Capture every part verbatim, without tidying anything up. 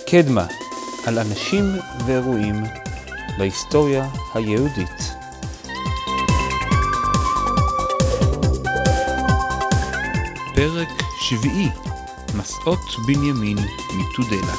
קדמה, על אנשים ואירועים בהיסטוריה היהודית. פרק שביעי, מסעות בנימין מתודלה.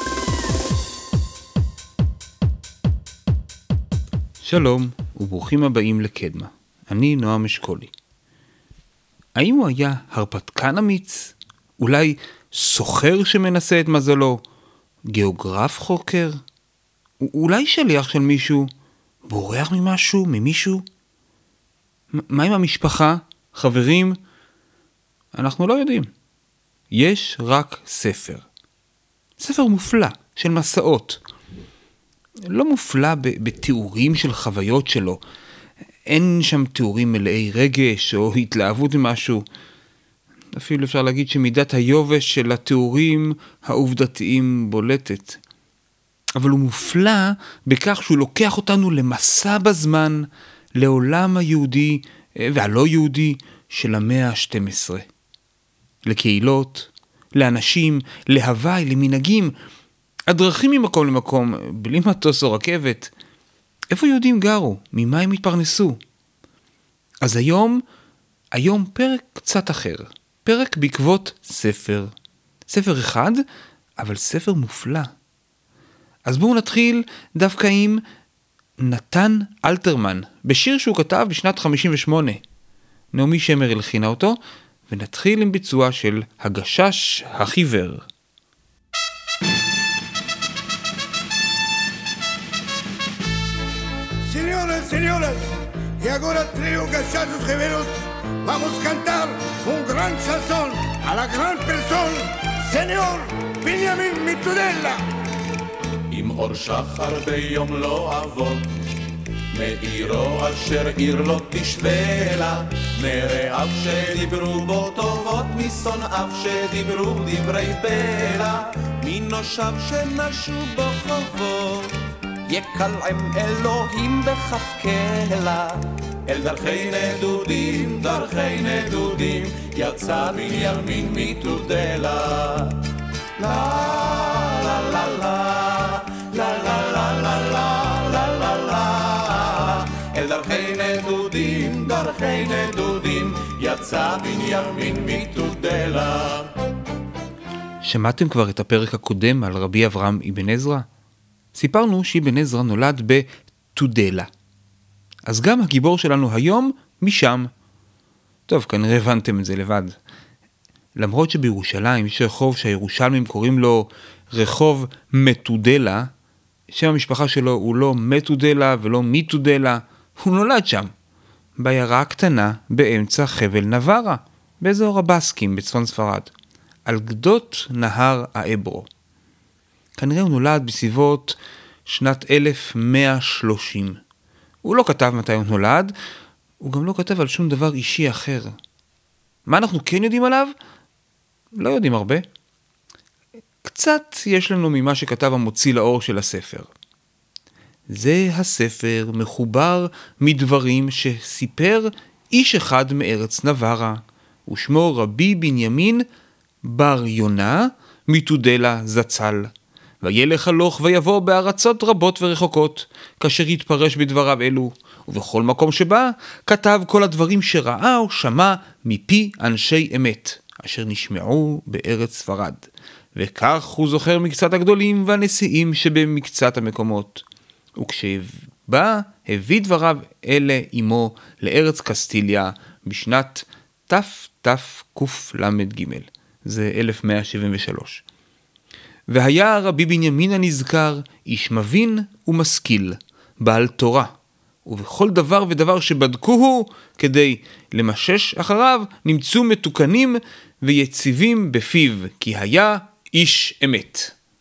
שלום וברוכים הבאים לקדמה, אני נועם אשכולי. האם הוא היה הרפתקן אמיץ? אולי סוחר שמנסה את מזלו? גיאוגרף חוקר? אולי שליח של מישהו? בורח ממשהו? ממישהו? מה עם המשפחה? חברים? אנחנו לא יודעים. יש רק ספר. ספר מופלא של מסעות. לא מופלא בתיאורים של חוויות שלו. אין שם תיאורים מלאי רגש או התלהבות ממשהו. אפילו אפשר להגיד שמידת היובש של התיאורים העובדתיים בולטת. אבל הוא מופלא בכך שהוא לוקח אותנו למסע בזמן, לעולם היהודי והלא יהודי של המאה ה-שתים עשרה. לקהילות, לאנשים, להווי, למנהגים, הדרכים ממקום למקום, בלי מטוס או רכבת. איפה יהודים גרו? ממה הם התפרנסו? אז היום, היום פרק קצת אחר. פרק בעקבות ספר. ספר אחד, אבל ספר מופלא. אז בואו נתחיל דווקא עם נתן אלתרמן, בשיר שהוא כתב בשנת חמישים ושמונה. נעמי שמר הלחינה אותו, ונתחיל עם ביצוע של הגשש החיוור. Señoras, señoras, y ahora trio gachachos riveros, vamos a cantar un gran chanson a la gran persona, señor Benjamin Mitudela. עם אור שחר ביום לא אבוד, מאירו אשר עיר לא תשווה לה, מרעיו שדיברו בו טובות, משונאיו שדיברו דברי בלע, מנושיו שנשו בו חובות, יקלעם אלוהים בכף קלע. אל דרכי נדודים, דרכי נדודים, יצא בנימין מתודלה. לה לה לה לה לה לה לה לה לה לה לה, אל דרכי נדודים, דרכי נדודים, יצא בנימין מתודלה. שמעתם כבר את הפרק הקודם על רבי אברהם אבן עזרא? סיפרנו שאבן עזרא נולד בתודלה. אז גם הגיבור שלנו היום משם. טוב, כנראה הבנתם את זה לבד. למרות שבירושלים יש רחוב שהירושלמים קוראים לו רחוב מתודלה, שם המשפחה שלו הוא לא מתודלה ולא מיתודלה, הוא נולד שם, בעיירה קטנה באמצע חבל נברה, באזור הבסקים בצפון ספרד, על גדות נהר האברו. כנראה הוא נולד בסביבות שנת אלף מאה ושלושים. הוא לא כתב מתי הוא נולד, הוא גם לא כתב על שום דבר אישי אחר. מה אנחנו כן יודעים עליו? לא יודעים הרבה. קצת יש לנו ממה שכתב המוציא לאור של הספר. זה הספר מחובר מדברים שסיפר איש אחד מארץ נברה, ושמו רבי בנימין בר יונה מתודלה זצ"ל. וילך הלוך ויבוא בארצות רבות ורחוקות, כאשר יתפרש בדבריו אלו, ובכל מקום שבא כתב כל הדברים שראה או שמע מפי אנשי אמת, אשר נשמעו בארץ ספרד. וכך הוא זוכר מקצת הגדולים והנשיאים שבמקצת המקומות. וכשבא הביא דבריו אלה עמו לארץ קסטיליה בשנת תתקל"ג, זה אלף מאה שבעים ושלוש. והיה רבי בנימין הנזכר איש מבין ומשכיל, בעל תורה, ובכל דבר ודבר שבדקוהו כדי למשש אחריו נמצאו מתוקנים ויציבים בפיו, כי היה איש אמת.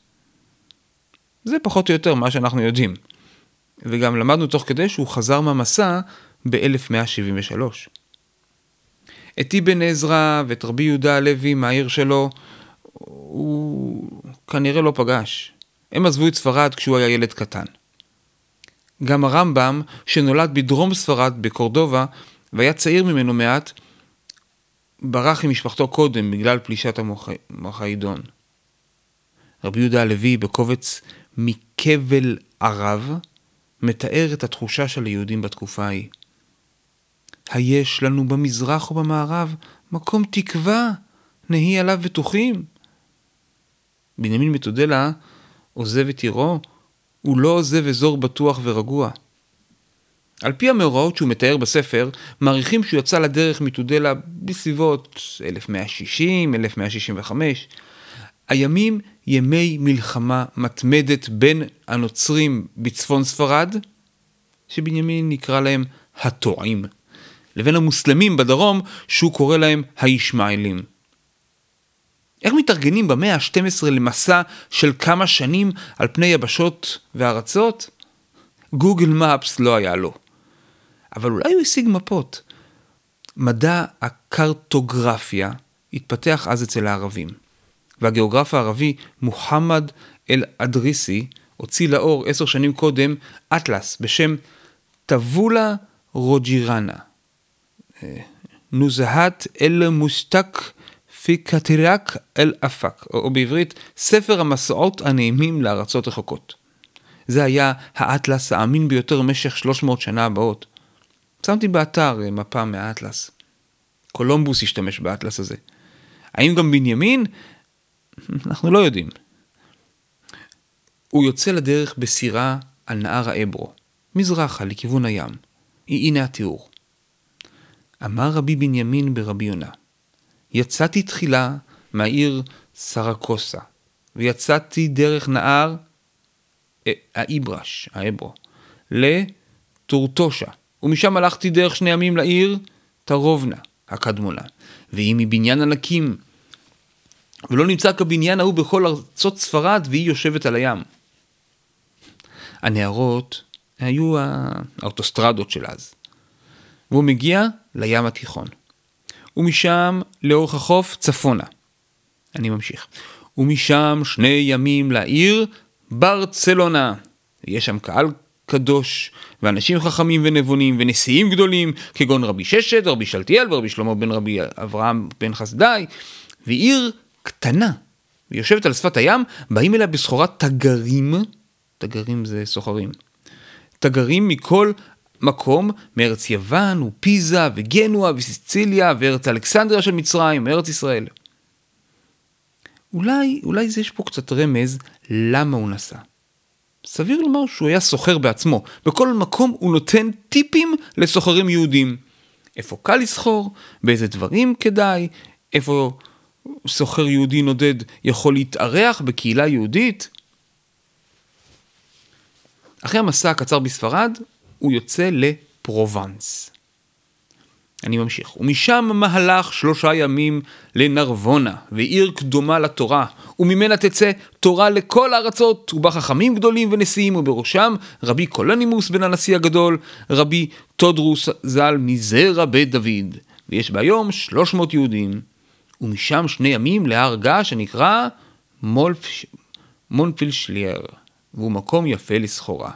זה פחות או יותר מה שאנחנו יודעים. וגם למדנו תוך כדי שהוא חזר מהמסע ב-אלף מאה שבעים ושלוש. את אבן עזרא ואת רבי יהודה הלוי מהעיר שלו הוא כנראה לא פגש. הם עזבו את ספרד כשהוא היה ילד קטן. גם הרמב"ם, שנולד בדרום ספרד בקורדובה והיה צעיר ממנו מעט, ברח עם משפחתו קודם בגלל פלישת המוחאידון. רבי יהודה הלוי בקובץ מכבל ערב מתאר את התחושה של היהודים בתקופה ההיא. היש לנו במזרח ובמערב מקום תקווה, נהי עליו בטוחים. בנימין מתודלה עוזב את עירו, הוא לא עוזב אזור בטוח ורגוע. על פי המאורעות שהוא מתאר בספר, מעריכים שהוא יצא לדרך מתודלה בסביבות אלף מאה שישים, אלף מאה שישים וחמש. הימים ימי מלחמה מתמדת בין הנוצרים בצפון ספרד, שבנימין נקרא להם הטועים, לבין המוסלמים בדרום, שהוא קורא להם הישמעאלים. איך מתארגנים במאה ה-שתים עשרה למסע של כמה שנים על פני יבשות וארצות? גוגל מפס לא היה לו. אבל אולי הוא השיג מפות. מדע הקרטוגרפיה התפתח אז אצל הערבים. והגיאוגרף הערבי מוחמד אל-אדריסי הוציא לאור עשר שנים קודם אטלס בשם טבולה רוג'ירנה. נוזהת אל-מוסטק פיקתירק אל-אפק, או בעברית ספר המסעות הנעימים לארצות רחוקות. זה היה האטלס האמין ביותר במשך שלוש מאות שנה הבאות. שמתי באתר מפה מהאטלס. קולומבוס השתמש באטלס הזה. האם גם בנימין? אנחנו לא יודעים. הוא יוצא לדרך בסירה על נהר האברו, מזרחה לכיוון הים. הנה התיאור. אמר רבי בנימין ברבי יונה, יצאתי תחילה מהעיר סרקוסה, ויצאתי דרך נהר האיברש, האברו, לטורטושה, ומשם הלכתי דרך שני ימים לעיר תרובנה, הקדמונה, והיא מבניין ענקים, ולא נמצא כבניין ההוא בכל ארצות ספרד, והיא יושבת על הים. הנהרות היו האוטוסטרדות של אז, והוא מגיע לים התיכון, ומשם לאורך החוף צפונה. אני ממשיך. ומשם שני ימים לעיר ברצלונה. יש שם קהל קדוש, ואנשים חכמים ונבונים, ונשיאים גדולים, כגון רבי ששת, רבי שלטיאל, ורבי שלמה בן רבי אברהם בן חסדאי, ועיר קטנה, ויושבת על שפת הים, באים אליה בסחורת תגרים, תגרים זה סוחרים, תגרים מכל מקום, מארץ יוון ופיזה וגנוע וסיציליה וארץ אלכסנדריה של מצרים, מארץ ישראל. אולי, אולי זה יש פה קצת רמז למה הוא נסע. סביר לומר שהוא היה סוחר בעצמו. בכל מקום הוא נותן טיפים לסוחרים יהודים. איפה קל לסחור, באיזה דברים כדאי, איפה סוחר יהודי נודד יכול להתארח בקהילה יהודית. אחרי המסע הקצר בספרד, הוא יוצא לפרובנס. אני ממשיך. ומשם מהלך שלושה ימים לנרבונה, ועיר קדומה לתורה, וממנה תצא תורה לכל הארצות, ובה חכמים גדולים ונשיאים, ובראשם רבי קולנימוס בן הנשיא הגדול, רבי תודרוס ז"ל מזרע בית דוד, ויש בהיום שלוש מאות יהודים, ומשם שני ימים להר געש שנקרא מולפ... מונפילשלייר, והוא מקום יפה לסחורה.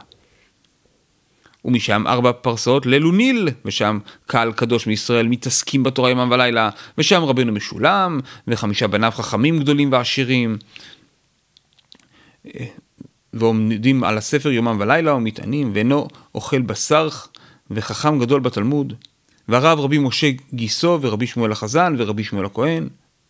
ומשם ארבע פרסאות ללוניל, ושם קהל קדוש מישראל מתעסקים בתורה יומם ולילה, ושם רבנו משולם, וחמישה בניו חכמים גדולים ועשירים, ועומדים על הספר יומם ולילה ומתענים, ואינו אוכל בשר, וחכם גדול בתלמוד, והרב רבי משה גיסו, ורבי שמואל החזן, ורבי שמואל הכהן,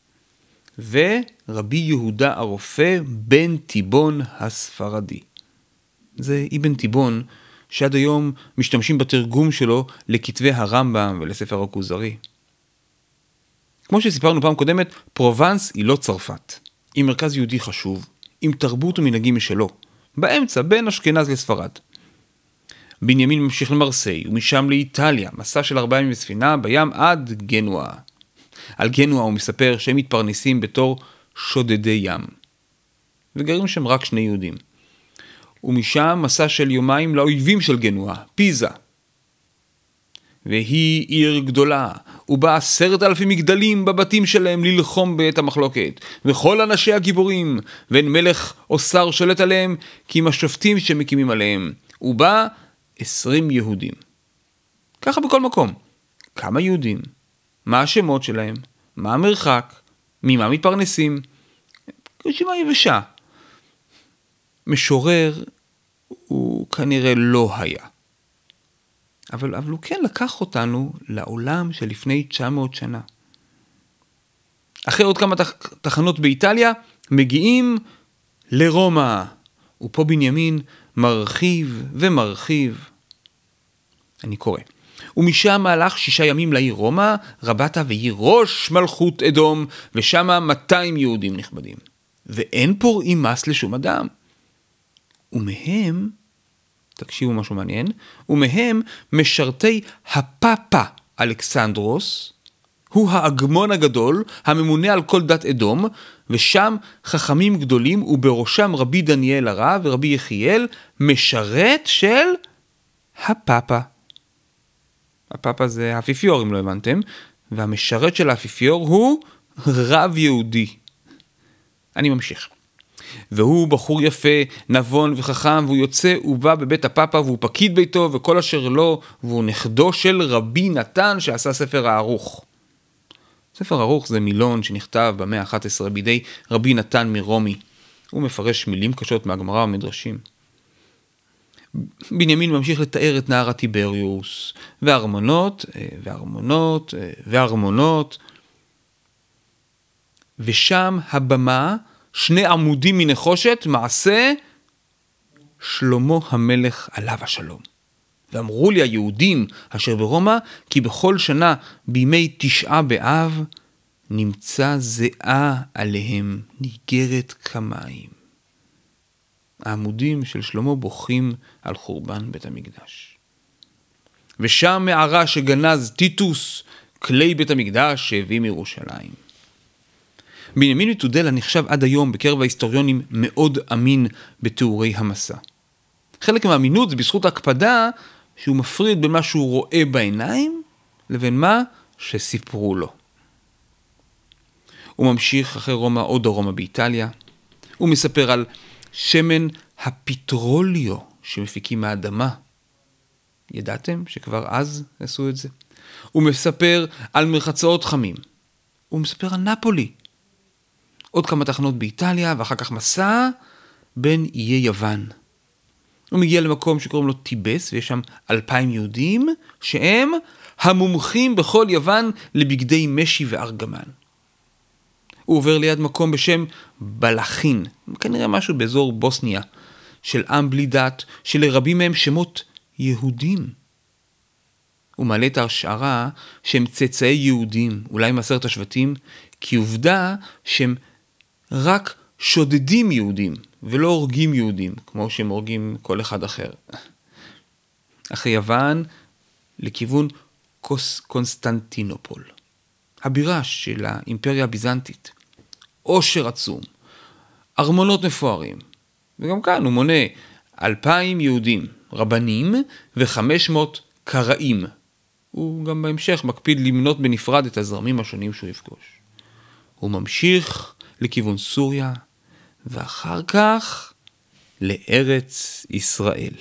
ורבי יהודה הרופא בן תיבון הספרדי. זה אבן תיבון, שעד היום משתמשים בתרגום שלו לכתבי הרמב"ם ולספר הכוזרי. כמו שסיפרנו פעם קודמת, פרובנס היא לא צרפת. היא מרכז יהודי חשוב, עם תרבות ומנהגים משלו, באמצע בין אשכנז לספרד. בנימין ממשיך למרסיי, ומשם לאיטליה, מסע של ארבעה ימים בספינה בים עד גנואה. על גנואה הוא מספר שהם מתפרנסים בתור שודדי ים. וגרים שם רק שני יהודים. ומשם מסע של יומיים לאויבים של גנואה, פיזה. והיא עיר גדולה, ובה עשרת אלפים מגדלים בבתים שלהם ללחום בעת המחלוקת, וכל אנשי הגיבורים, ואין מלך או שר שולט עליהם, כי אם השופטים שמקימים עליהם, ובה עשרים יהודים. ככה בכל מקום. כמה יהודים? מה השמות שלהם? מה המרחק? ממה מתפרנסים? רשימה יבשה. משורר הוא כנראה לא היה. אבל, אבל הוא כן לקח אותנו לעולם שלפני תשע מאות שנה. אחרי עוד כמה תח, תחנות באיטליה, מגיעים לרומא. ופה בנימין מרחיב ומרחיב. אני קורא. ומשם הלך שישה ימים לעיר רומא, רבתה והיא ראש מלכות אדום, ושם מאתיים יהודים נכבדים. ואין פורעים מס לשום אדם. ומהם, תקשיבו משהו מעניין, ומהם משרתי הפאפה אלכסנדרוס, הוא האגמון הגדול, הממונה על כל דת אדום, ושם חכמים גדולים, ובראשם רבי דניאל הרב ורבי יחיאל, משרת של הפאפה. הפאפה זה האפיפיור, אם לא הבנתם, והמשרת של האפיפיור הוא רב יהודי. אני ממשיך. והוא בחור יפה, נבון וחכם, והוא יוצא ובא בבית הפאפה, והוא פקיד ביתו וכל אשר לו, והוא נכדו של רבי נתן שעשה ספר הערוך. ספר ערוך זה מילון שנכתב במאה ה-אחת עשרה בידי רבי נתן מרומי. הוא מפרש מילים קשות מהגמרא ומדרשים. בנימין ממשיך לתאר את נהר הטיבריוס, והארמונות, והארמונות, והארמונות, ושם הבמה, שני עמודים מנחושת, מעשה שלמה המלך עליו השלום. ואמרו לי היהודים אשר ברומא, כי בכל שנה בימי תשעה באב, נמצא זיעה עליהם ניגרת כמים. העמודים של שלמה בוכים על חורבן בית המקדש. ושם מערה שגנז טיטוס, כלי בית המקדש שהביא מירושלים. בנימין מתודלה נחשב עד היום בקרב ההיסטוריונים מאוד אמין בתיאורי המסע. חלק מהאמינות זה בזכות ההקפדה שהוא מפריד בין מה שהוא רואה בעיניים לבין מה שסיפרו לו. הוא ממשיך אחרי רומא עוד רומא באיטליה. הוא מספר על שמן הפיטרוליו שמפיקים מהאדמה. ידעתם שכבר אז עשו את זה? הוא מספר על מרחצאות חמים. הוא מספר על נפולי. עוד כמה תחנות באיטליה ואחר כך מסע בין איי יוון. הוא מגיע למקום שקוראים לו טיבס, ויש שם אלפיים יהודים שהם המומחים בכל יוון לבגדי משי וארגמן. הוא עובר ליד מקום בשם בלחין, כנראה משהו באזור בוסניה, של עם בלי דת, שלרבים מהם שמות יהודים. הוא מעלה את ההשערה שהם צאצאי יהודים, אולי מעשרת השבטים, כי עובדה שהם רק שודדים יהודים, ולא הורגים יהודים, כמו שהם הורגים כל אחד אחר. אחרי יוון, לכיוון קוס, קונסטנטינופול, הבירה של האימפריה הביזנטית. עושר עצום, ארמונות מפוארים, וגם כאן הוא מונה אלפיים יהודים, רבנים וחמש מאות קראים. הוא גם בהמשך מקפיד למנות בנפרד את הזרמים השונים שהוא יפגוש. הוא ממשיך לכיוון סוריה, ואחר כך לארץ ישראל.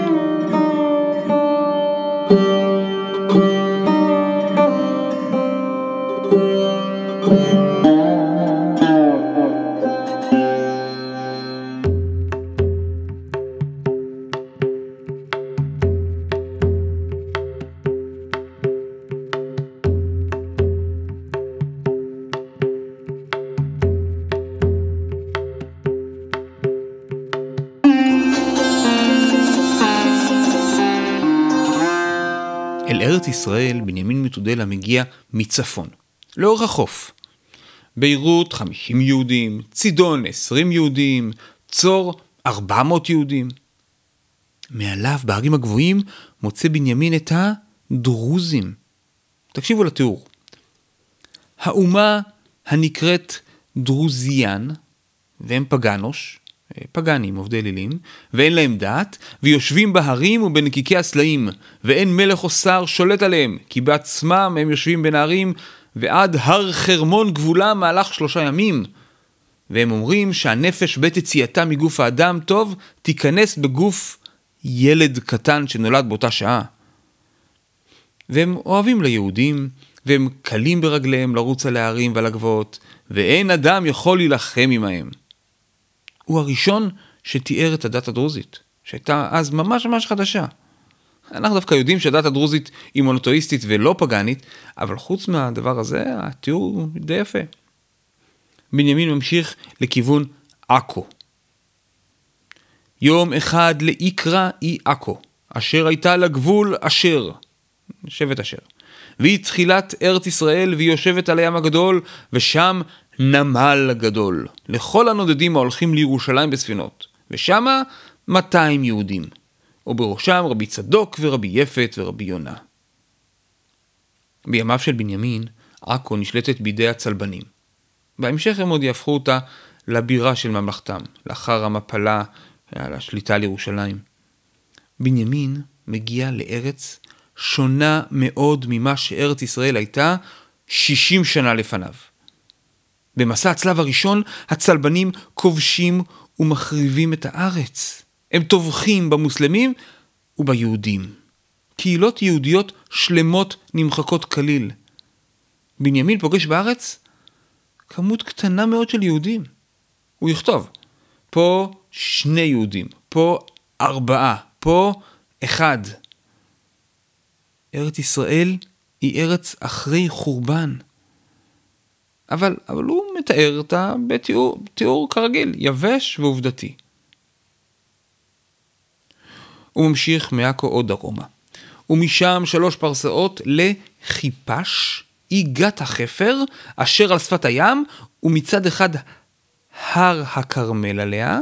אל ארץ ישראל בנימין מתודלה מגיע מצפון, לאורך החוף. ביירות חמישים יהודים, צידון עשרים יהודים, צור ארבע מאות יהודים. מעליו בהרים הגבוהים מוצא בנימין את הדרוזים. תקשיבו לתיאור. האומה הנקראת דרוזיאן, והם פגנוש, פגנים, עובדי אלילים, ואין להם דת, ויושבים בהרים ובנקיקי הסלעים, ואין מלך או שר שולט עליהם, כי בעצמם הם יושבים בין הערים, ועד הר חרמון גבולה מהלך שלושה ימים. והם אומרים שהנפש בית יציאתה מגוף האדם טוב, תיכנס בגוף ילד קטן שנולד באותה שעה. והם אוהבים ליהודים, והם קלים ברגליהם לרוץ על הערים ועל הגבעות, ואין אדם יכול להילחם עמהם. הוא הראשון שתיאר את הדת הדרוזית, שהייתה אז ממש ממש חדשה. אנחנו דווקא יודעים שהדת הדרוזית היא מונותאיסטית ולא פגנית, אבל חוץ מהדבר הזה, התיאור די יפה. בנימין ממשיך לכיוון עכו. יום אחד לאיקרא אי עכו, אשר הייתה לגבול אשר, שבט אשר. והיא תחילת ארץ ישראל, והיא יושבת על הים הגדול, ושם נמל גדול. לכל הנודדים ההולכים לירושלים בספינות, ושם מאתיים יהודים. ובראשם רבי צדוק ורבי יפת ורבי יונה. בימיו של בנימין, עכו נשלטת בידי הצלבנים. בהמשך הם עוד יהפכו אותה לבירה של ממלכתם, לאחר המפלה על השליטה על ירושלים. בנימין מגיע לארץ שונה מאוד ממה שארץ ישראל הייתה שישים שנה לפניו. במסע הצלב הראשון, הצלבנים כובשים ומחריבים את הארץ. הם טובחים במוסלמים וביהודים. קהילות יהודיות שלמות נמחקות כליל. בנימין פוגש בארץ כמות קטנה מאוד של יהודים. הוא יכתוב, פה שני יהודים, פה ארבעה, פה אחד. ארץ ישראל היא ארץ אחרי חורבן. אבל, אבל הוא מתאר אותה בתיאור, תיאור כרגיל, יבש ועובדתי. הוא ממשיך מעכו עוד דרומה. ומשם שלוש פרסאות לחיפש, אי גת החפר, אשר על שפת הים, ומצד אחד הר הכרמל עליה,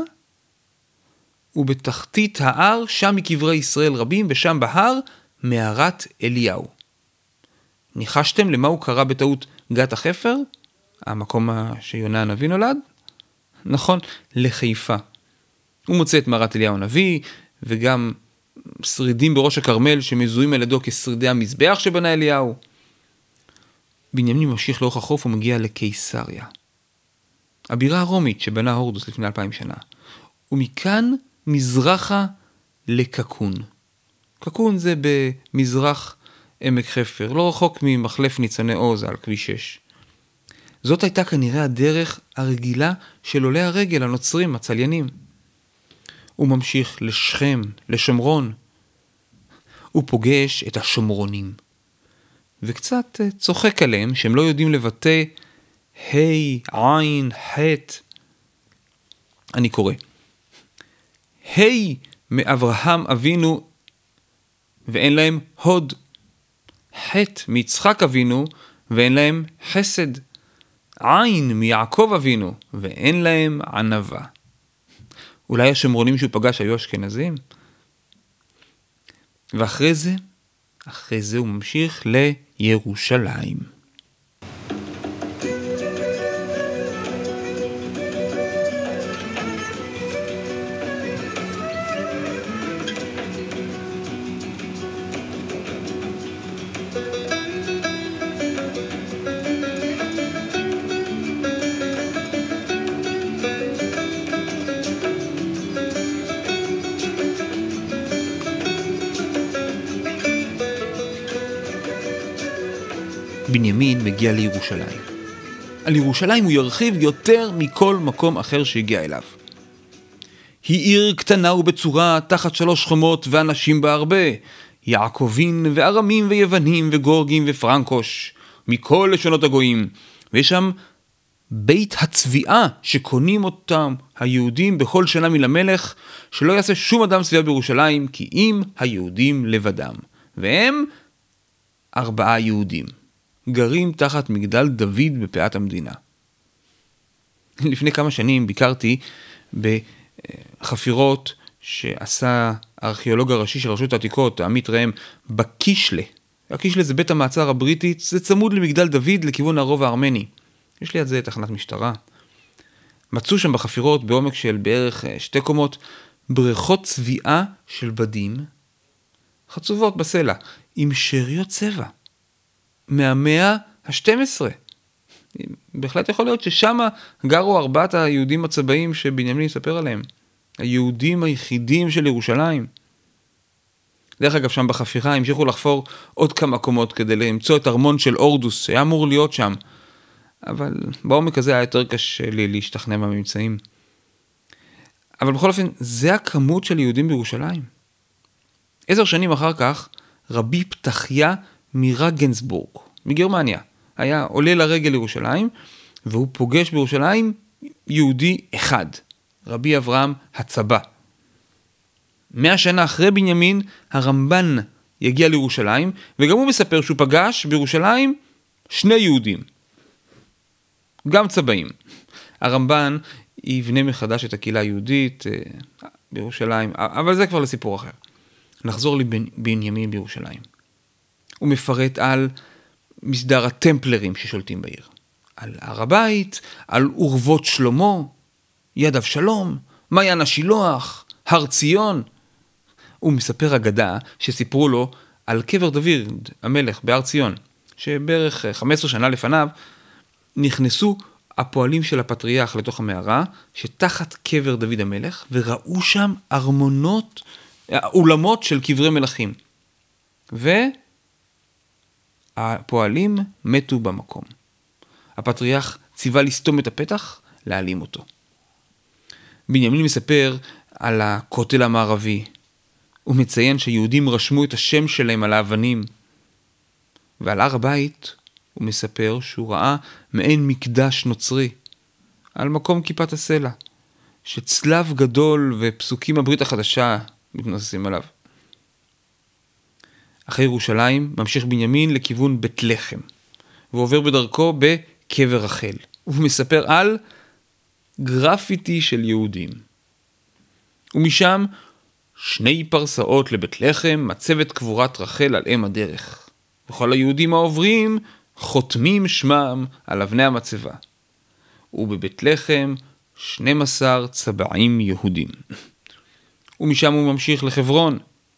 ובתחתית ההר, שם מקברי ישראל רבים, ושם בהר, מערת אליהו. ניחשתם למה הוא קרא בטעות גת החפר? המקום שיונה הנביא נולד? נכון, לחיפה. הוא מוצא את מערת אליהו הנביא, וגם שרידים בראש הכרמל שמזוהים על ידו כשרידי המזבח שבנה אליהו. בנימין ממשיך לאורך החוף ומגיע לקיסריה, הבירה הרומית שבנה הורדוס לפני אלפיים שנה. ומכאן מזרחה לקקון. קקון זה במזרח עמק חפר, לא רחוק ממחלף ניצני עוז על כביש שש. זאת הייתה כנראה הדרך הרגילה של עולי הרגל הנוצרים, הצליינים. הוא ממשיך לשכם, לשומרון. הוא פוגש את השומרונים. וקצת צוחק עליהם שהם לא יודעים לבטא היי, עין, חט. אני קורא. היי מאברהם אבינו ואין להם הוד. חט מיצחק אבינו ואין להם חסד. עין מיעקב אבינו ואין להם ענווה. אולי השומרונים שהוא פגש היו אשכנזים? ואחרי זה, אחרי זה הוא ממשיך לירושלים. בנימין מגיע לירושלים. על ירושלים הוא ירחיב יותר מכל מקום אחר שהגיע אליו. היא עיר קטנה ובצורה תחת שלוש חומות ואנשים בה הרבה. יעקבים וארמים ויוונים וגורגים ופרנקוש, מכל לשונות הגויים. ויש שם בית הצביעה שקונים אותם היהודים בכל שנה מלמלך, שלא יעשה שום אדם צביעה בירושלים, כי אם היהודים לבדם. והם ארבעה יהודים. גרים תחת מגדל דוד בפאת המדינה. לפני כמה שנים ביקרתי בחפירות שעשה הארכיאולוג הראשי של רשות העתיקות, עמית ראם, בקישלה. הקישלה זה בית המעצר הבריטי, זה צמוד למגדל דוד לכיוון הרובע הארמני. יש לי על זה תחנת משטרה. מצאו שם בחפירות בעומק של בערך שתי קומות בריכות צביעה של בדים, חצובות בסלע, עם שאריות צבע. מהמאה ה-שתים עשרה. בהחלט יכול להיות ששם גרו ארבעת היהודים הצבאים שבנימין יספר עליהם. היהודים היחידים של ירושלים. דרך אגב, שם בחפירה המשיכו לחפור עוד כמה קומות כדי למצוא את ארמון של הורדוס, שהיה אמור להיות שם. אבל בעומק הזה היה יותר קשה לי להשתכנע מהממצאים. אבל בכל אופן, זה הכמות של יהודים בירושלים. עשר שנים אחר כך, רבי פתחיה מרגנסבורג, מגרמניה, היה עולה לרגל לירושלים, והוא פוגש בירושלים יהודי אחד, רבי אברהם הצבא. מאה שנה אחרי בנימין, הרמב"ן יגיע לירושלים, וגם הוא מספר שהוא פגש בירושלים שני יהודים, גם צבאים. הרמב"ן יבנה מחדש את הקהילה היהודית בירושלים, אבל זה כבר לסיפור אחר. נחזור לבנימין בירושלים. הוא מפרט על מסדר הטמפלרים ששולטים בעיר, על הר הבית, על אורוות שלמה, יד אבשלום, מעיין השילוח, הר ציון. הוא מספר אגדה שסיפרו לו על קבר דוד המלך בהר ציון, שבערך חמש עשרה שנה לפניו נכנסו הפועלים של הפטריארך לתוך המערה שתחת קבר דוד המלך, וראו שם ארמונות, אולמות של קברי מלכים. והפועלים מתו במקום. הפטריארך ציווה לסתום את הפתח, להעלים אותו. בנימין מספר על הכותל המערבי. הוא מציין שיהודים רשמו את השם שלהם על האבנים. ועל הר הבית הוא מספר שהוא ראה מעין מקדש נוצרי, על מקום כיפת הסלע, שצלב גדול ופסוקים הברית החדשה מתנוססים עליו. אחרי ירושלים ממשיך בנימין לכיוון בית לחם, ועובר בדרכו בקבר רחל. הוא מספר על גרפיטי של יהודים. ומשם שני פרסאות לבית לחם, מצבת קבורת רחל על אם הדרך. וכל היהודים העוברים חותמים שמם על אבני המצבה. ובבית לחם שנים עשר צבעים יהודים. ומשם הוא ממשיך לחברון.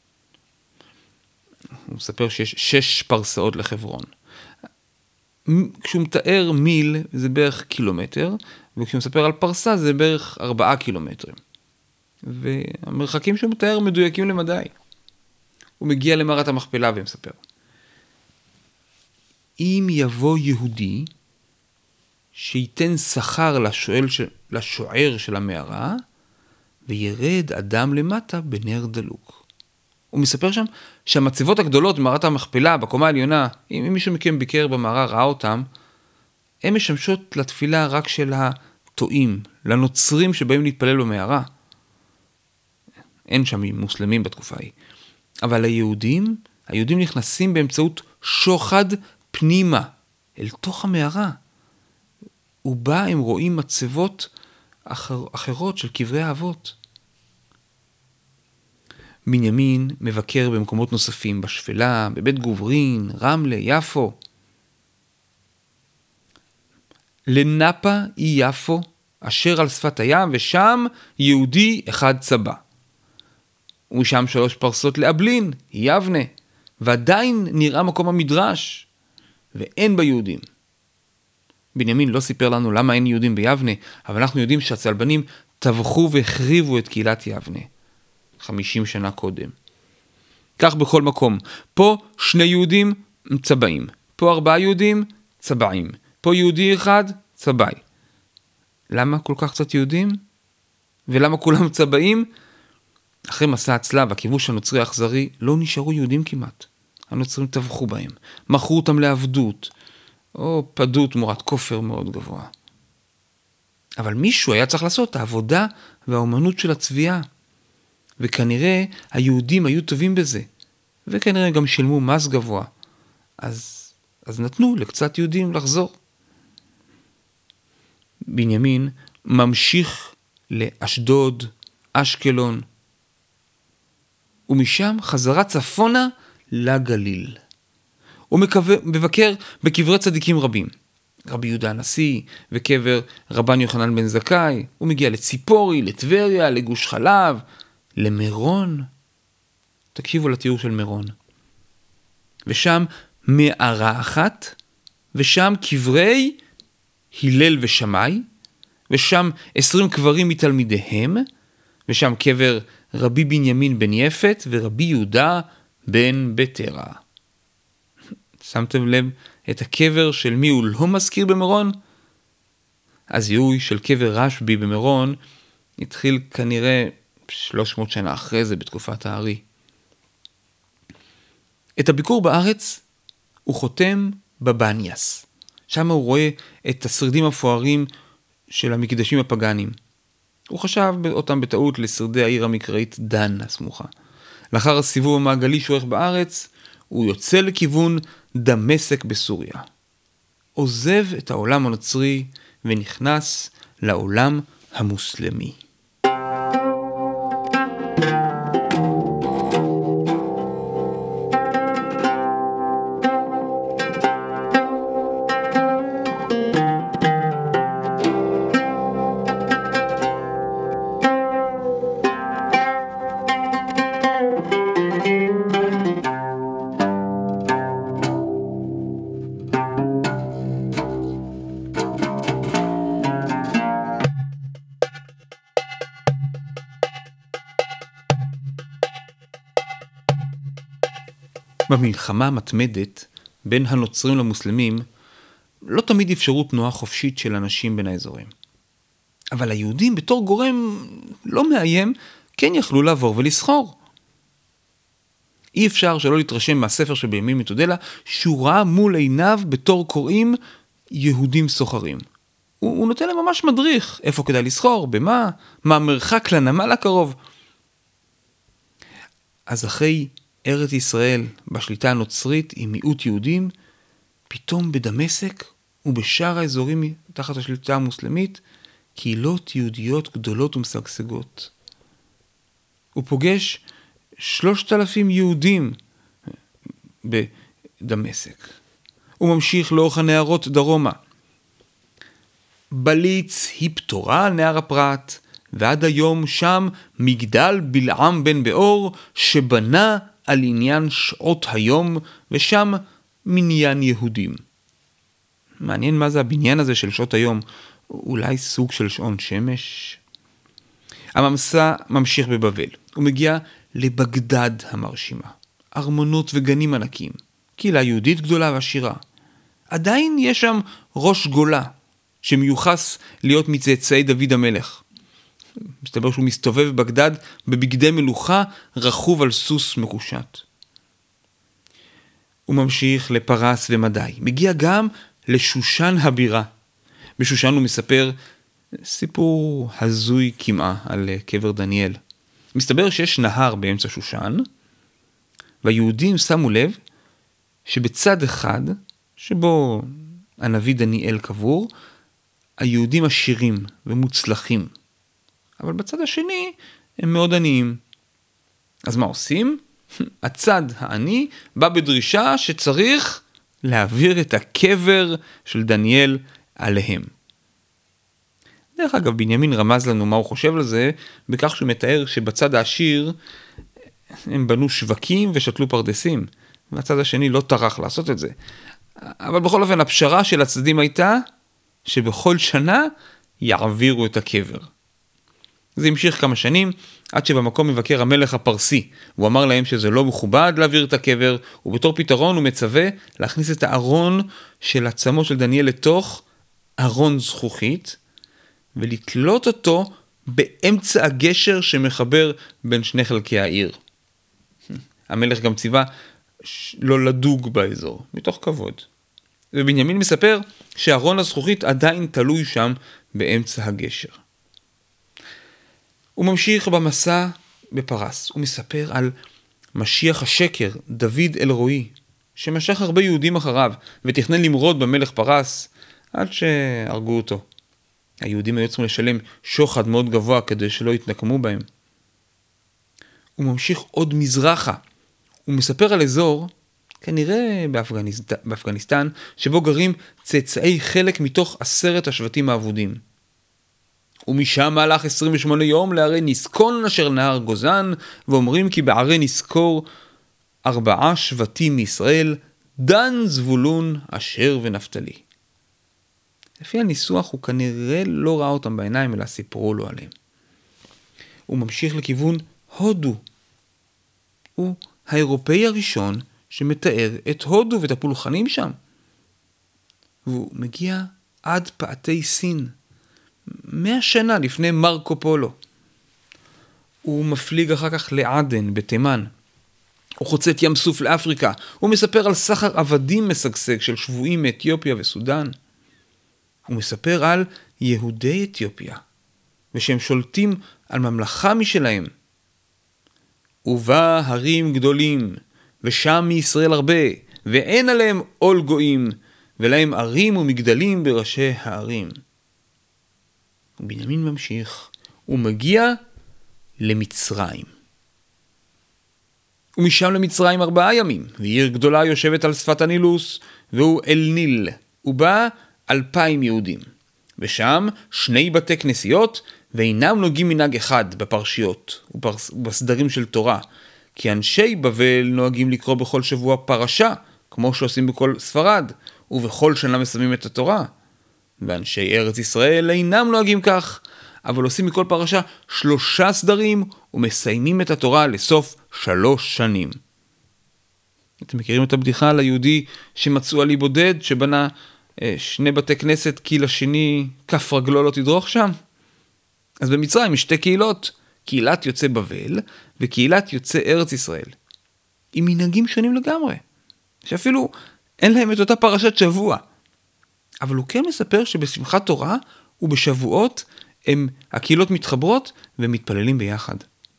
הוא מספר שיש שש פרסאות לחברון. כשהוא מתאר מיל זה בערך קילומטר, וכשהוא מספר על פרסה זה בערך ארבעה קילומטרים. והמרחקים שהוא מתאר מדויקים למדי. הוא מגיע למערת המכפלה ומספר. אם יבוא יהודי שייתן שכר לשואל של, לשוער של המערה, וירד אדם למטה בנר דלוק. הוא מספר שם שהמצבות הגדולות במערת המכפלה, בקומה העליונה, אם מישהו מכם ביקר במערה ראה אותם, הן משמשות לתפילה רק של הטועים, לנוצרים שבאים להתפלל במערה. אין שם מוסלמים בתקופה ההיא. אבל היהודים, היהודים נכנסים באמצעות שוחד פנימה, אל תוך המערה. ובה הם רואים מצבות אחר, אחרות של קברי האבות. בנימין מבקר במקומות נוספים, בשפלה, בבית גוברין, רמלה, יפו. לנפה היא יפו, אשר על שפת הים, ושם יהודי אחד צבא. ומשם שלוש פרסות לאבלין, היא יבנה, ועדיין נראה מקום המדרש, ואין בה יהודים. בנימין לא סיפר לנו למה אין יהודים ביבנה, אבל אנחנו יודעים שהצלבנים טבחו והחריבו את קהילת יבנה, חמישים שנה קודם. כך בכל מקום, פה שני יהודים צבעים, פה ארבעה יהודים צבעים, פה יהודי אחד צבעי. למה כל כך קצת יהודים? ולמה כולם צבעים? אחרי מסע הצלב, הכיבוש הנוצרי האכזרי, לא נשארו יהודים כמעט. הנוצרים טבחו בהם, מכרו אותם לעבדות, או פדו תמורת כופר מאוד גבוה. אבל מישהו היה צריך לעשות את העבודה והאומנות של הצביעה. וכנראה היהודים היו טובים בזה, וכנראה גם שילמו מס גבוה. אז, אז נתנו לקצת יהודים לחזור. בנימין ממשיך לאשדוד, אשקלון, ומשם חזרה צפונה לגליל. הוא מבקר בקברי צדיקים רבים. רבי יהודה הנשיא וקבר רבן יוחנן בן זכאי. הוא מגיע לציפורי, לטבריה, לגוש חלב, למירון. תקשיבו לתיאור של מירון. ושם מערה אחת, ושם קברי הלל ושמאי, ושם עשרים קברים מתלמידיהם, ושם קבר רבי בנימין בן יפת ורבי יהודה בן בטרה. שמתם לב את הקבר של מי הוא לא מזכיר במירון? הזיהוי של קבר רשב"י במירון התחיל כנראה שלוש מאות שנה אחרי זה, בתקופת הארי. את הביקור בארץ הוא חותם בבניאס. שם הוא רואה את השרידים המפוארים של המקדשים הפגניים. הוא חשב אותם בטעות לשרידי העיר המקראית דן הסמוכה. לאחר הסיבוב המעגלי שעורך בארץ, הוא יוצא לכיוון דמשק בסוריה. עוזב את העולם הנוצרי ונכנס לעולם המוסלמי. במלחמה המתמדת בין הנוצרים למוסלמים לא תמיד אפשרו תנועה חופשית של אנשים בין האזורים. אבל היהודים בתור גורם לא מאיים כן יכלו לעבור ולסחור. אי אפשר שלא להתרשם מהספר של בנימין מתודלה שהוא ראה מול עיניו בתור קוראים יהודים סוחרים. הוא, הוא נותן להם ממש מדריך איפה כדאי לסחור, במה, מה המרחק לנמל הקרוב. אז אחרי ארץ ישראל בשליטה הנוצרית עם מיעוט יהודים, פתאום בדמשק ובשאר האזורים תחת השליטה המוסלמית, קהילות יהודיות גדולות ומשגשגות. הוא פוגש שלושת אלפים יהודים בדמשק. הוא ממשיך לאורך הנהרות דרומה. בליץ היא פתורה על נהר הפרת, ועד היום שם מגדל בלעם בן באור שבנה על עניין שעות היום, ושם מניין יהודים. מעניין מה זה הבניין הזה של שעות היום, אולי סוג של שעון שמש? הממסע ממשיך בבבל, הוא מגיע לבגדד המרשימה, ארמונות וגנים ענקים, קהילה יהודית גדולה ועשירה. עדיין יש שם ראש גולה, שמיוחס להיות מצאצאי דוד המלך. מסתבר שהוא מסתובב בבגדד בבגדי מלוכה רכוב על סוס מקושט. הוא ממשיך לפרס ומדי. מגיע גם לשושן הבירה. בשושן הוא מספר סיפור הזוי כמעה על קבר דניאל. מסתבר שיש נהר באמצע שושן, והיהודים שמו לב שבצד אחד, שבו הנביא דניאל קבור, היהודים עשירים ומוצלחים. אבל בצד השני הם מאוד עניים. אז מה עושים? הצד העני בא בדרישה שצריך להעביר את הקבר של דניאל עליהם. דרך אגב, בנימין רמז לנו מה הוא חושב על זה, בכך שהוא מתאר שבצד העשיר הם בנו שווקים ושתלו פרדסים, והצד השני לא טרח לעשות את זה. אבל בכל אופן, הפשרה של הצדדים הייתה שבכל שנה יעבירו את הקבר. זה המשיך כמה שנים, עד שבמקום מבקר המלך הפרסי. הוא אמר להם שזה לא מכובד להעביר את הקבר, ובתור פתרון הוא מצווה להכניס את הארון של עצמו של דניאל לתוך ארון זכוכית, ולתלות אותו באמצע הגשר שמחבר בין שני חלקי העיר. המלך גם ציווה לא לדוג באזור, מתוך כבוד. ובנימין מספר שארון הזכוכית עדיין תלוי שם באמצע הגשר. הוא ממשיך במסע בפרס. הוא מספר על משיח השקר, דוד אלרועי, שמשך הרבה יהודים אחריו, ותכנן למרוד במלך פרס, עד שהרגו אותו. היהודים היו צריכים לשלם שוחד מאוד גבוה, כדי שלא יתנקמו בהם. הוא ממשיך עוד מזרחה. הוא מספר על אזור, כנראה באפגניסט... באפגניסטן, שבו גרים צאצאי חלק מתוך עשרת השבטים האבודים. ומשם הלך עשרים ושמונה יום לערי ניסקון אשר נהר גוזן, ואומרים כי בערי ניסקור ארבעה שבטים מישראל, דן, זבולון, אשר ונפתלי. לפי הניסוח הוא כנראה לא ראה אותם בעיניים, אלא סיפרו לו עליהם. הוא ממשיך לכיוון הודו. הוא האירופאי הראשון שמתאר את הודו ואת הפולחנים שם. והוא מגיע עד פאתי סין. מאה שנה לפני מרקו פולו. הוא מפליג אחר כך לעדן בתימן. הוא חוצה את ים סוף לאפריקה. הוא מספר על סחר עבדים משגשג של שבויים מאתיופיה וסודן. הוא מספר על יהודי אתיופיה, ושהם שולטים על ממלכה משלהם. ובה הרים גדולים, ושם מישראל הרבה, ואין עליהם עול גויים, ולהם ערים ומגדלים בראשי הערים. ובנימין ממשיך, הוא מגיע למצרים. ומשם למצרים ארבעה ימים, ועיר גדולה יושבת על שפת הנילוס, והוא אל ניל, ובה אלפיים יהודים. ושם שני בתי כנסיות, ואינם נוגעים מנהג אחד בפרשיות ובסדרים של תורה, כי אנשי בבל נוהגים לקרוא בכל שבוע פרשה, כמו שעושים בכל ספרד, ובכל שנה מסיימים את התורה. ואנשי ארץ ישראל אינם נוהגים כך, אבל עושים מכל פרשה שלושה סדרים, ומסיימים את התורה לסוף שלוש שנים. אתם מכירים את הבדיחה על היהודי שמצאו עלי בודד, שבנה אה, שני בתי כנסת, כי לשני כף רגלו לא תדרוך שם? אז במצרים יש שתי קהילות, קהילת יוצא בבל וקהילת יוצא ארץ ישראל, עם מנהגים שונים לגמרי, שאפילו אין להם את אותה פרשת שבוע. אבל הוא כן מספר שבשמחת תורה ובשבועות הם, הקהילות מתחברות ומתפללים ביחד.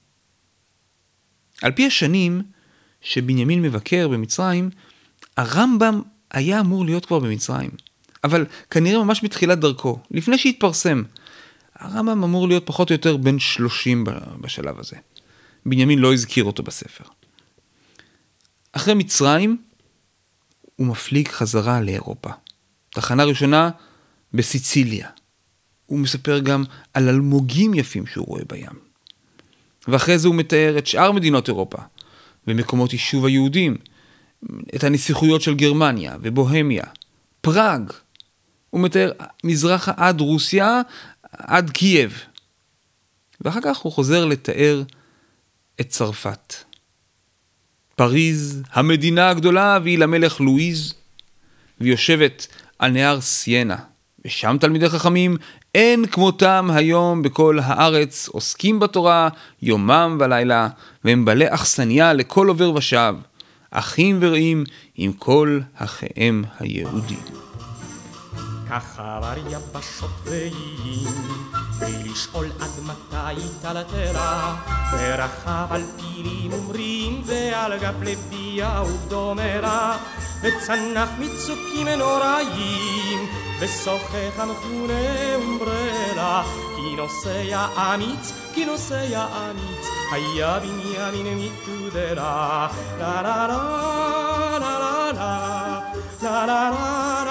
על פי השנים שבנימין מבקר במצרים, הרמב"ם היה אמור להיות כבר במצרים, אבל כנראה ממש בתחילת דרכו, לפני שהתפרסם. הרמב"ם אמור להיות פחות או יותר בין שלושים בשלב הזה. בנימין לא הזכיר אותו בספר. אחרי מצרים, הוא מפליג חזרה לאירופה. תחנה ראשונה בסיציליה. הוא מספר גם על אלמוגים יפים שהוא רואה בים. ואחרי זה הוא מתאר את שאר מדינות אירופה, ומקומות יישוב היהודים, את הנסיכויות של גרמניה ובוהמיה, פראג. הוא מתאר מזרחה עד רוסיה, עד קייב. ואחר כך הוא חוזר לתאר את צרפת. פריז, המדינה הגדולה, והיא למלך לואיז, ויושבת על נהר סיינה. ושם תלמידי חכמים, אין כמותם היום בכל הארץ, עוסקים בתורה יומם ולילה, והם בעלי אכסניה לכל עובר ושב, אחים ורעים עם כל אחיהם היהודים. ככה עבר יבשות ואיים, בלי לשאול עד מתי תלתלה, ורחב על פילים ומרים, ועל גב לביאה ובדומרה, וצנח מצוקים נוראים, ושוחח המכונה אומברלה, כי נוסע אמיץ, כי נוסע אמיץ, היה בנימין מתודלה, לה לה לה לה לה לה לה לה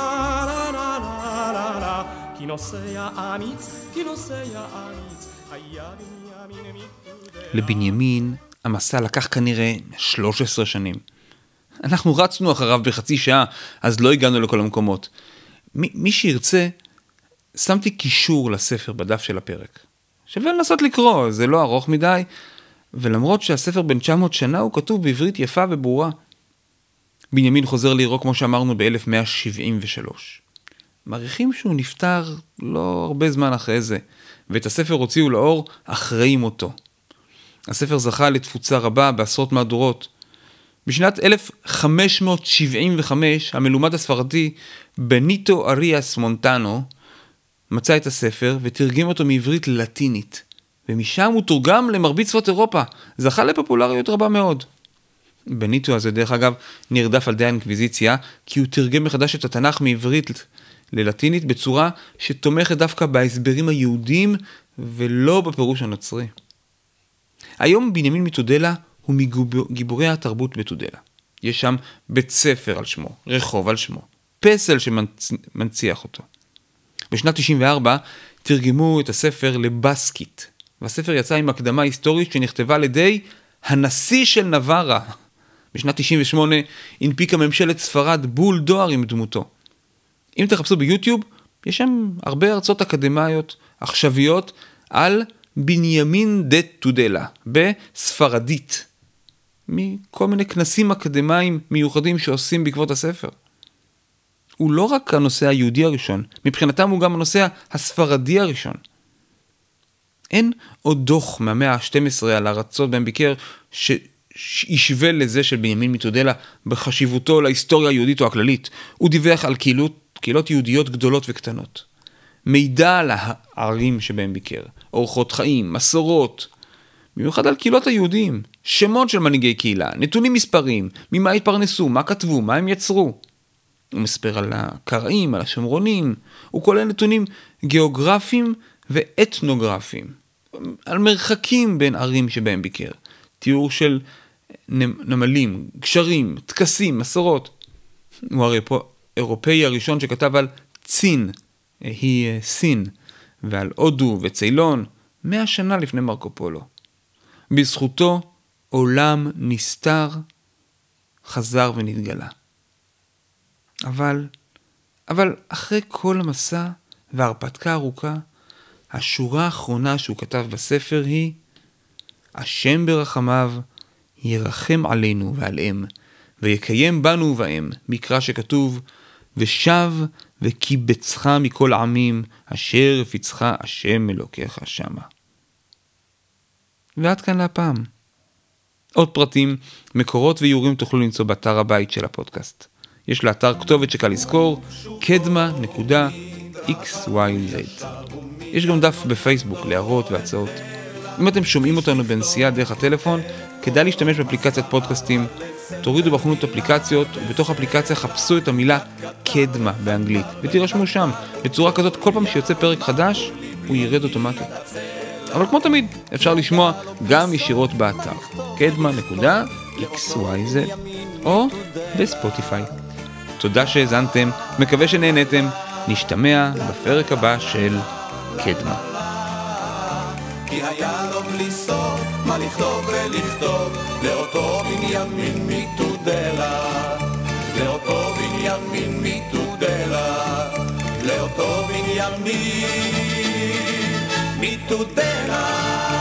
כי נוסע אמיץ, כי נוסע אמיץ, היה בנימין מתודלה. לבנימין המסע לקח כנראה שלוש עשרה שנים. אנחנו רצנו אחריו בחצי שעה, אז לא הגענו לכל המקומות. מי, מי שירצה, שמתי קישור לספר בדף של הפרק. שווה לנסות לקרוא, זה לא ארוך מדי, ולמרות שהספר בן תשע מאות שנה הוא כתוב בעברית יפה וברורה. בנימין חוזר לעירו כמו שאמרנו ב-אלף מאה שבעים ושלוש. מעריכים שהוא נפטר לא הרבה זמן אחרי זה, ואת הספר הוציאו לאור אחרי מותו. הספר זכה לתפוצה רבה בעשרות מהדורות. בשנת אלף חמש מאות שבעים וחמש, המלומד הספרדי בניטו אריאס מונטנו מצא את הספר ותרגם אותו מעברית ללטינית, ומשם הוא תורגם למרבית שפות אירופה. זכה לפופולריות רבה מאוד. בניטו הזה דרך אגב נרדף על ידי האינקוויזיציה, כי הוא תרגם מחדש את התנ"ך מעברית ללטינית בצורה שתומכת דווקא בהסברים היהודים ולא בפירוש הנוצרי. היום בנימין מתודלה הוא מגיבורי התרבות בתודלה. יש שם בית ספר על שמו, רחוב על שמו, פסל שמנציח אותו. בשנת תשעים וארבע תרגמו את הספר לבסקית, והספר יצא עם הקדמה היסטורית שנכתבה על ידי הנשיא של נווארה. בשנת תשעים ושמונה הנפיקה ממשלת ספרד בול דואר עם דמותו. אם תחפשו ביוטיוב, יש שם הרבה הרצאות אקדמיות, עכשוויות, על בנימין דה תודלה, בספרדית, מכל מיני כנסים אקדמיים מיוחדים שעושים בעקבות הספר. הוא לא רק הנושא היהודי הראשון, מבחינתם הוא גם הנושא הספרדי הראשון. אין עוד דוח מהמאה ה-שתים עשרה על ארצות בהם ביקר שישווה לזה של בנימין מתודלה בחשיבותו להיסטוריה היהודית או הכללית. הוא דיווח על קהילות, קהילות יהודיות גדולות וקטנות. מידע על הערים שבהם ביקר, אורחות חיים, מסורות, במיוחד על קהילות היהודים, שמות של מנהיגי קהילה, נתונים מספרים, ממה התפרנסו, מה כתבו, מה הם יצרו. הוא מספר על הקראים, על השומרונים, הוא כולל נתונים גיאוגרפיים ואתנוגרפיים, על מרחקים בין ערים שבהם ביקר, תיאור של נמלים, גשרים, תקסים, מסורות. הוא האירופאי הראשון שכתב על צין, היא סין, ועל הודו וציילון, מאה שנה לפני מרקו פולו. בזכותו עולם נסתר, חזר ונתגלה. אבל, אבל אחרי כל המסע וההרפתקה הארוכה, השורה האחרונה שהוא כתב בספר היא, השם ברחמיו ירחם עלינו ועליהם, ויקיים בנו ובהם, מקרא שכתוב, ושב וקיבצך מכל העמים, אשר הפיצך השם אלוקיך שמה. ועד כאן להפעם. עוד פרטים, מקורות ואיורים תוכלו למצוא באתר הבית של הפודקאסט. יש לאתר כתובת שקל לזכור, קדמה נקודה אקס וואי זד. יש גם דף בפייסבוק להערות והצעות. אם אתם שומעים אותנו בנסיעה דרך הטלפון, כדאי להשתמש באפליקציית פודקאסטים. תורידו בחנות אפליקציות, ובתוך אפליקציה חפשו את המילה קדמה באנגלית, ותירשמו שם. בצורה כזאת, כל פעם שיוצא פרק חדש, הוא ירד אוטומטית. אבל כמו תמיד, אפשר לשמוע גם ישירות באתר, קדמה נקודה אקס וואי זד, או בספוטיפיי. תודה שהזנתם, מקווה שנהנתם, נשתמע בפרק הבא של קדמה. כי היה לו בלי סוף מה לכתוב ולכתוב לאותו בנימין מתודלה, לאותו בנימין מתודלה, לאותו בנימין מתודלה.